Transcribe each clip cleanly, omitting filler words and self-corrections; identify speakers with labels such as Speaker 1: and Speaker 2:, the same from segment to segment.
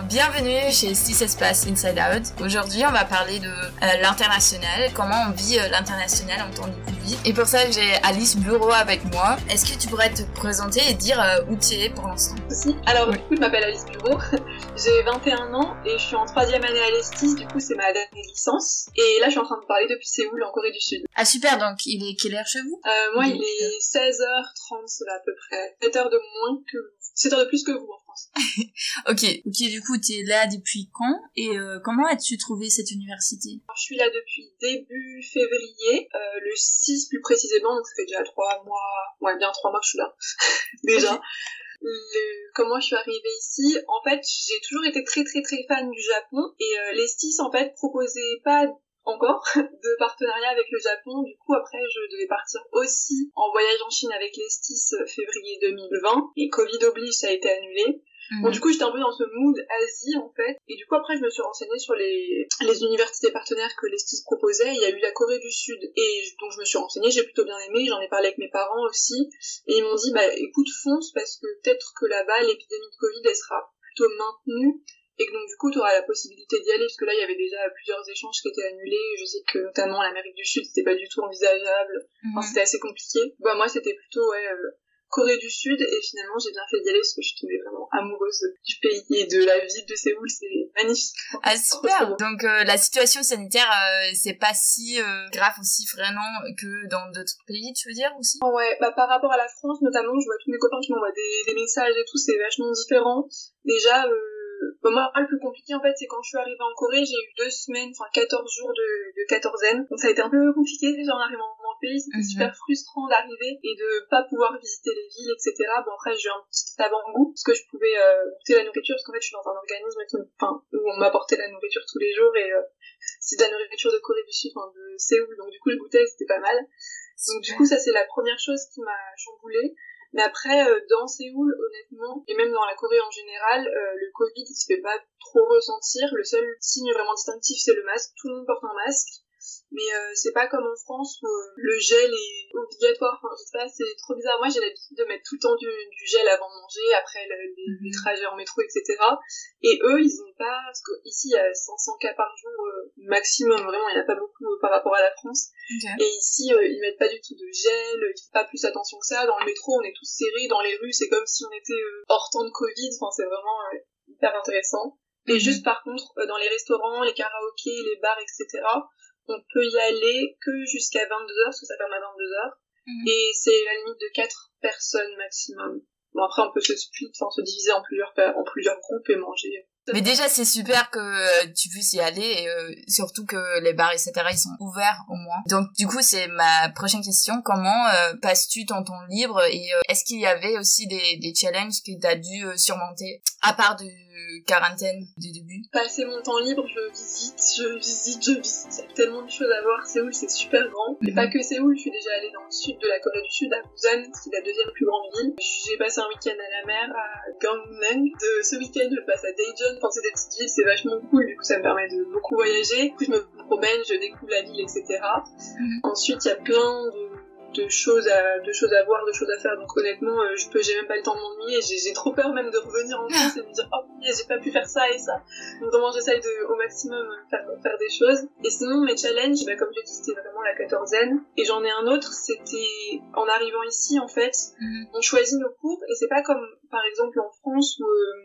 Speaker 1: Bienvenue chez 6 Espaces Inside Out. Aujourd'hui, on va parler de l'international, comment on vit l'international en temps de Covid. Et pour ça, j'ai Alice Bureau avec moi. Est-ce que tu pourrais te présenter et dire où tu es pour l'instant?
Speaker 2: Si. Alors, du coup, je m'appelle Alice Bureau, j'ai 21 ans et je suis en 3e année à l'ESTIS, du coup, c'est ma dernière licence. Et là, je suis en train de parler depuis Séoul, en Corée du Sud.
Speaker 1: Ah super, donc il est quelle heure chez vous?
Speaker 2: Moi, il est 16h30, cela à peu près. 7 heures de moins que vous. 7 heures de plus que vous en France.
Speaker 1: Ok, du coup, tu es là depuis quand? Et comment as-tu trouvé cette université?
Speaker 2: Je suis là depuis début février, le 6 plus précisément, donc ça fait déjà 3 mois, bien 3 mois que je suis là, déjà. Okay. Comment je suis arrivée ici? En fait, j'ai toujours été très très très fan du Japon, et l'ESTIS, en fait, proposait pas encore de partenariat avec le Japon. Du coup, après, je devais partir aussi en voyage en Chine avec l'ESTIS février 2020, et Covid oblige, ça a été annulé. Bon, du coup, j'étais un peu dans ce mood Asie, en fait. Et du coup, après, je me suis renseignée sur les universités partenaires que l'ESTIS proposait. Il y a eu la Corée du Sud. Et donc, je me suis renseignée, j'ai plutôt bien aimé. J'en ai parlé avec mes parents aussi. Et ils m'ont dit, écoute, fonce, parce que peut-être que là-bas, l'épidémie de Covid, elle sera plutôt maintenue. Et que donc, du coup, tu auras la possibilité d'y aller. Parce que là, il y avait déjà plusieurs échanges qui étaient annulés. Je sais que, notamment, l'Amérique du Sud, c'était pas du tout envisageable. Enfin, c'était assez compliqué. Moi, c'était plutôt, Corée du Sud, et finalement j'ai bien fait d'y aller parce que je suis tombée vraiment amoureuse du pays et de la ville de Séoul, c'est magnifique.
Speaker 1: Ah super. Donc la situation sanitaire c'est pas si grave aussi vraiment que dans d'autres pays, tu veux dire aussi?
Speaker 2: Ouais, par rapport à la France notamment, je vois tous mes copains qui m'envoient des messages et tout, c'est vachement différent. Déjà moi, le plus compliqué, en fait, c'est quand je suis arrivée en Corée, j'ai eu 2 semaines, 14 jours de quatorzaine. Donc, ça a été un peu compliqué, déjà, en arrivant dans le pays. C'était super frustrant d'arriver et de pas pouvoir visiter les villes, etc. Bon, après, j'ai eu un petit avant-goût, parce que je pouvais goûter la nourriture, parce qu'en fait, je suis dans un organisme où on m'apportait la nourriture tous les jours, et c'est de la nourriture de Corée du Sud, de Séoul. Donc, du coup, je goûtais, c'était pas mal. Donc, du coup, ça, c'est la première chose qui m'a chamboulée. Mais après, dans Séoul, honnêtement, et même dans la Corée en général, le Covid, il se fait pas trop ressentir. Le seul signe vraiment distinctif, c'est le masque. Tout le monde porte un masque. Mais c'est pas comme en France où le gel est obligatoire. Enfin, je sais pas, c'est trop bizarre. Moi, j'ai l'habitude de mettre tout le temps du gel avant de manger, après les trajets en métro, etc. Et eux, ils ont pas... Parce que ici, il y a 500 cas par jour maximum. Vraiment, il n'y en a pas beaucoup par rapport à la France. Okay. Et ici, ils mettent pas du tout de gel. Ils font pas plus attention que ça. Dans le métro, on est tous serrés. Dans les rues, c'est comme si on était hors temps de Covid. Enfin, c'est vraiment hyper intéressant. Et juste, par contre, dans les restaurants, les karaokés, les bars, etc., on peut y aller que jusqu'à 22h, parce que ça ferme à 22h. Et c'est la limite de 4 personnes maximum. Bon, après, on peut se se diviser en plusieurs groupes et manger.
Speaker 1: Mais déjà, c'est super que tu puisses y aller, et surtout que les bars, etc., ils sont ouverts au moins. Donc, du coup, c'est ma prochaine question. Comment passes-tu ton temps libre, et est-ce qu'il y avait aussi des challenges que tu as dû surmonter, à part de quarantaine du début?
Speaker 2: Passer mon temps libre, je visite. Il y a tellement de choses à voir. Séoul, c'est super grand. Mais pas que Séoul, je suis déjà allée dans le sud de la Corée du Sud, à Busan, qui est la 2e plus grande ville. J'ai passé un week-end à la mer, à Gangneung. Ce week-end, je passe à Daejeon. Enfin, c'est des petites villes, c'est vachement cool. Du coup, ça me permet de beaucoup voyager. Du coup, je me promène, je découvre la ville, etc. Ensuite, il y a plein de choses à voir, de choses à faire. Donc honnêtement, j'ai même pas le temps de m'ennuyer. J'ai trop peur même de revenir en France et de me dire j'ai pas pu faire ça et ça. Donc vraiment, j'essaye au maximum faire des choses. Et sinon, mes challenges, comme je dis, c'était vraiment la quatorzaine. Et j'en ai un autre, c'était en arrivant ici, en fait, on choisit nos cours, et c'est pas comme par exemple en France où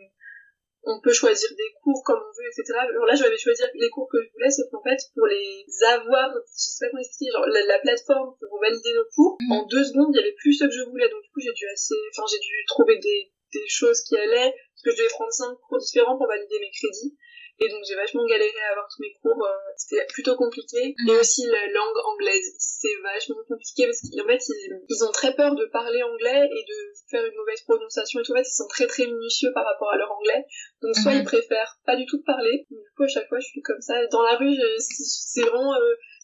Speaker 2: on peut choisir des cours comme on veut, etc. Alors là, j'avais choisi les cours que je voulais, sauf qu'en fait, pour les avoir, je sais pas comment expliquer, genre la plateforme pour valider nos cours, en 2 secondes, il y avait plus ce que je voulais. Donc du coup, j'ai dû trouver des choses qui allaient, parce que je devais prendre 5 cours différents pour valider mes crédits. Et donc j'ai vachement galéré à avoir tous mes cours, c'était plutôt compliqué. Et aussi la langue anglaise, c'est vachement compliqué parce qu'en fait ils ont très peur de parler anglais et de faire une mauvaise prononciation et tout. En fait, ils sont très très minutieux par rapport à leur anglais. Donc soit ils préfèrent pas du tout parler. Du coup, à chaque fois, je suis comme ça. Dans la rue, c'est vraiment...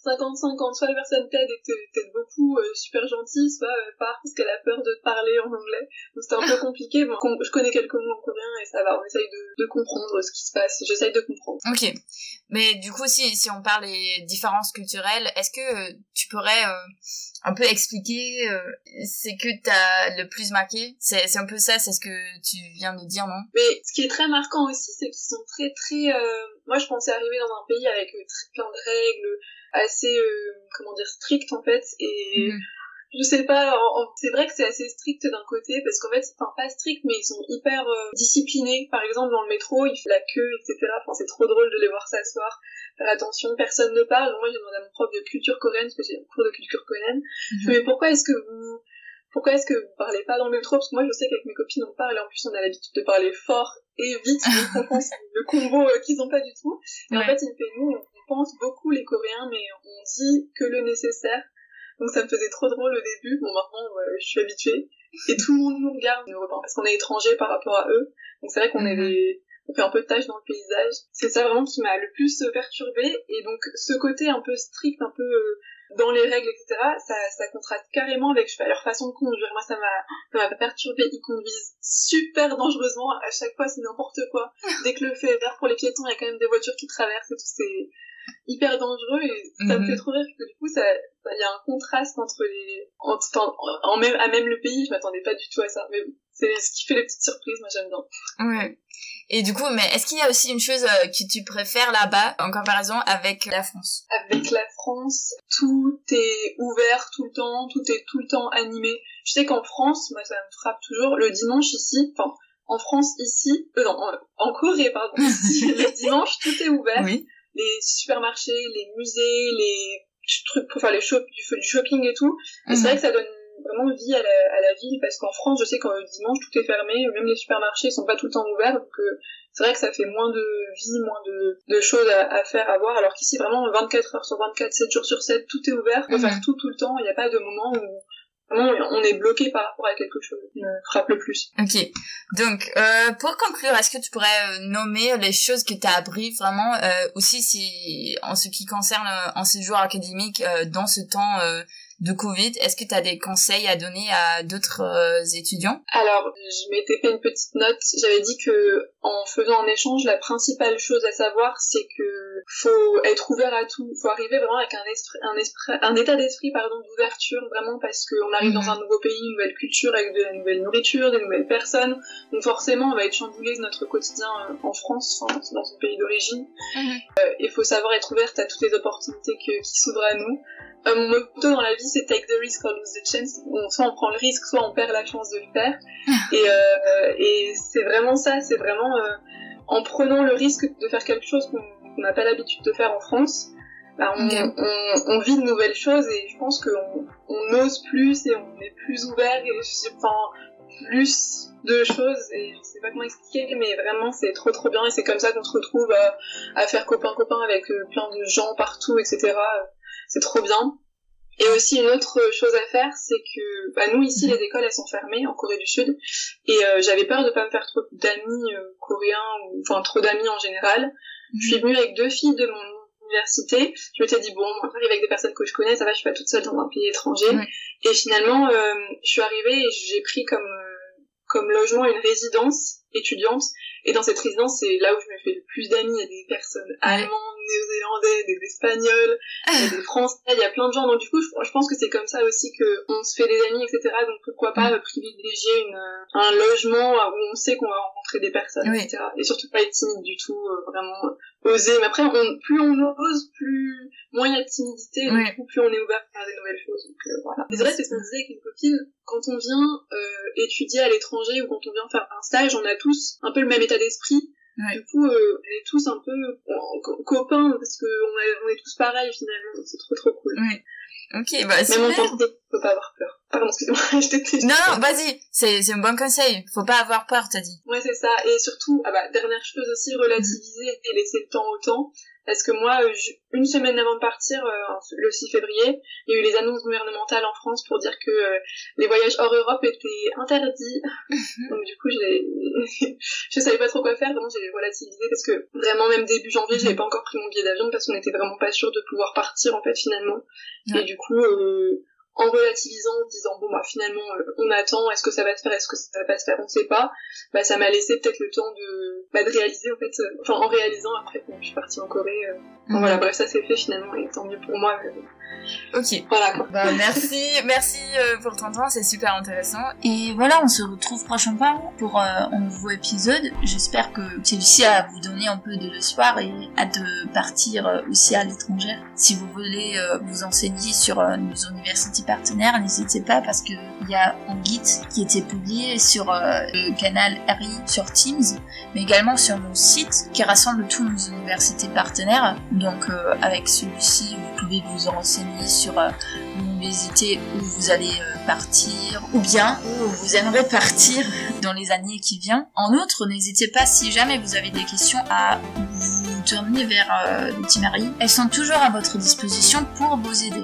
Speaker 2: 50-50, soit la personne t'aide et t'aide beaucoup, super gentille, soit part parce qu'elle a peur de te parler en anglais. Donc c'était un peu compliqué. Bon, je connais quelques mots en coréen et ça va, on essaye de comprendre ce qui se passe. J'essaye de comprendre.
Speaker 1: Ok. Mais du coup, si on parle des différences culturelles, est-ce que tu pourrais un peu expliquer c'est que t'as le plus marqué? C'est un peu ça, c'est ce que tu viens de dire, non?
Speaker 2: Mais ce qui est très marquant aussi, c'est qu'ils sont très très... Moi, je pensais arriver dans un pays avec plein de règles, assez, comment dire, strictes en fait, et... Je sais pas, c'est vrai que c'est assez strict d'un côté, parce qu'en fait, enfin pas strict, mais ils sont hyper disciplinés. Par exemple, dans le métro, il fait la queue, etc. Enfin, c'est trop drôle de les voir s'asseoir, faire attention, personne ne parle. Donc, moi, j'ai demandé à mon prof de culture coréenne, parce que j'ai un cours de culture coréenne. Je me dis, mais pourquoi est-ce que vous parlez pas dans le métro? Parce que moi, je sais qu'avec mes copines, on parle, et en plus, on a l'habitude de parler fort et vite, donc franchement, c'est le combo qu'ils ont pas du tout. Et en fait, il me fait, nous, on pense beaucoup les Coréens, mais on dit que le nécessaire. Donc ça me faisait trop drôle au début. Bon, maintenant, je suis habituée. Et tout le monde nous regarde, nos repas, parce qu'on est étrangers par rapport à eux. Donc c'est vrai qu'on on fait un peu de tâche dans le paysage. C'est ça vraiment qui m'a le plus perturbée. Et donc ce côté un peu strict, un peu dans les règles, etc., ça contraste carrément avec leur façon de conduire. Moi, ça m'a perturbée. Ils conduisent super dangereusement. À chaque fois, c'est n'importe quoi. Dès que le feu est vert pour les piétons, il y a quand même des voitures qui traversent et tout. C'est hyper dangereux et ça me fait trop rire que du coup il y a un contraste entre à même le pays. Je m'attendais pas du tout à ça, mais bon, c'est ce qui fait les petites surprises. Moi, j'aime bien.
Speaker 1: Ouais. Et du coup, mais est-ce qu'il y a aussi une chose que tu préfères là-bas en comparaison avec la France?
Speaker 2: Avec la France, tout est ouvert tout le temps, tout est tout le temps animé. Je sais qu'en France, moi ça me frappe toujours, le dimanche ici, enfin en France ici, non, en Corée pardon, ici, le dimanche tout est ouvert.
Speaker 1: Oui.
Speaker 2: Les supermarchés, les musées, les trucs pour faire du shopping et tout. Et c'est vrai que ça donne vraiment vie à la ville, parce qu'en France, je sais qu'en dimanche, tout est fermé, même les supermarchés sont pas tout le temps ouverts, donc c'est vrai que ça fait moins de vie, moins de choses à faire, à voir, alors qu'ici, vraiment, 24 heures sur 24, 7 jours sur 7, tout est ouvert, on peut faire tout le temps, il n'y a pas de moment où vraiment on est bloqué par rapport à quelque chose qui me frappe le plus.
Speaker 1: Ok, donc pour conclure, est-ce que tu pourrais nommer les choses que tu as appris vraiment aussi si en ce qui concerne un séjour académique dans ce temps de Covid, est-ce que tu as des conseils à donner à d'autres étudiants?
Speaker 2: Alors, je m'étais fait une petite note, j'avais dit que en faisant un échange, la principale chose à savoir, c'est que faut être ouvert à tout, faut arriver vraiment avec un état d'esprit d'ouverture, vraiment, parce qu'on arrive dans un nouveau pays, une nouvelle culture, avec de la nouvelle nourriture, des nouvelles personnes, donc forcément on va être chamboulé de notre quotidien en France, enfin, dans son pays d'origine, et faut savoir être ouverte à toutes les opportunités qui s'ouvrent à nous. Mon motto dans la vie, c'est take the risk or lose the chance. Soit on prend le risque, soit on perd la chance de le faire. Et c'est vraiment ça, c'est vraiment en prenant le risque de faire quelque chose qu'on n'a pas l'habitude de faire en France, on vit de nouvelles choses, et je pense qu'on ose plus et on est plus ouvert, et plus de choses, et je sais pas comment expliquer, mais vraiment c'est trop trop bien, et c'est comme ça qu'on se retrouve à faire copain avec plein de gens partout, etc. C'est trop bien. Et aussi une autre chose à faire, c'est que nous ici les écoles elles sont fermées en Corée du Sud, et j'avais peur de pas me faire trop d'amis coréens, ou enfin trop d'amis en général. Je suis venue avec 2 filles de mon université. Je m'étais dit bon, j'arrive avec des personnes que je connais, ça va, je suis pas toute seule dans un pays étranger. Et finalement je suis arrivée et j'ai pris comme logement une résidence étudiante, et dans cette résidence c'est là où je me fais le plus d'amis. Il y a des personnes allemandes, néo-zélandais, des espagnols, il y a des français, il y a plein de gens, donc du coup je pense que c'est comme ça aussi que on se fait des amis, etc. Donc pourquoi pas privilégier un logement où on sait qu'on va rencontrer des personnes, etc. Et surtout pas être timide du tout, vraiment oser. Mais après plus on ose, moins il y a de timidité, et du coup plus on est ouvert à faire des nouvelles choses. Donc voilà. C'est vrai, c'est ce qu'on disait avec une copine, quand on vient étudier à l'étranger, ou quand on vient faire un stage, on a tous un peu le même état d'esprit. Du coup, on est tous un peu copains, parce que on est tous pareils finalement, donc c'est trop trop cool.
Speaker 1: Ok, bah super.
Speaker 2: Même en tant que faut pas avoir peur. Pardon, excusez-moi, je t'ai
Speaker 1: Non, vas-y, c'est un bon conseil. Faut pas avoir peur, t'as dit.
Speaker 2: Ouais, c'est ça. Et surtout, dernière chose aussi, relativiser et laisser le temps au temps. Parce que moi, une semaine avant de partir, le 6 février, il y a eu les annonces gouvernementales en France pour dire que les voyages hors Europe étaient interdits. Donc du coup, je savais pas trop quoi faire. Vraiment, j'ai relativisé parce que vraiment, même début janvier, j'avais pas encore pris mon billet d'avion parce qu'on était vraiment pas sûr de pouvoir partir en fait finalement. Et du coup, en relativisant, en disant finalement on attend, est-ce que ça va se faire, est-ce que ça va pas se faire, on sait pas, ça m'a laissé peut-être le temps de réaliser en fait, en réalisant après quand je suis partie en Corée. Voilà, bref, ça c'est fait finalement et tant mieux pour moi.
Speaker 1: Ok.
Speaker 2: Voilà quoi.
Speaker 1: Merci pour ton temps, c'est super intéressant. Et voilà, on se retrouve prochainement pour un nouveau épisode. J'espère que celui-ci a vous donné un peu de l'espoir et hâte de partir aussi à l'étranger. Si vous voulez vous enseigner sur nos universités partenaires, n'hésitez pas parce que il y a un guide qui était publié sur le canal RI sur Teams, mais également sur nos sites qui rassemble tous nos universités partenaires. Donc avec celui-ci, vous pouvez vous renseigner sur l'université où vous allez partir ou bien où vous aimeriez partir dans les années qui viennent. En outre, n'hésitez pas, si jamais vous avez des questions, à vous tourner vers le Team RI. Elles sont toujours à votre disposition pour vous aider.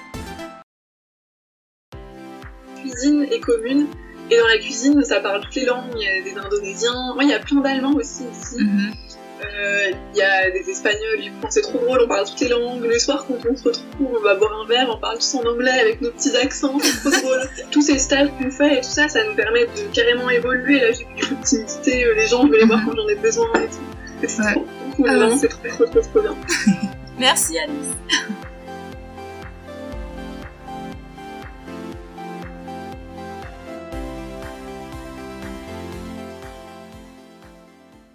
Speaker 2: Cuisine est commune, et dans la cuisine, ça parle toutes les langues. Il y a des Indonésiens, il y a plein d'Allemands aussi ici. Il y a des Espagnols, c'est trop drôle, on parle toutes les langues. Le soir, quand on se retrouve, on va boire un verre, on parle tous en anglais avec nos petits accents, c'est trop drôle. Tous ces stages qu'on fait et tout ça, ça nous permet de carrément évoluer. Là, j'ai plus de timidité, les gens, je vais les voir quand j'en ai besoin et tout. C'est trop cool, vraiment, c'est trop bien.
Speaker 1: Merci Alice.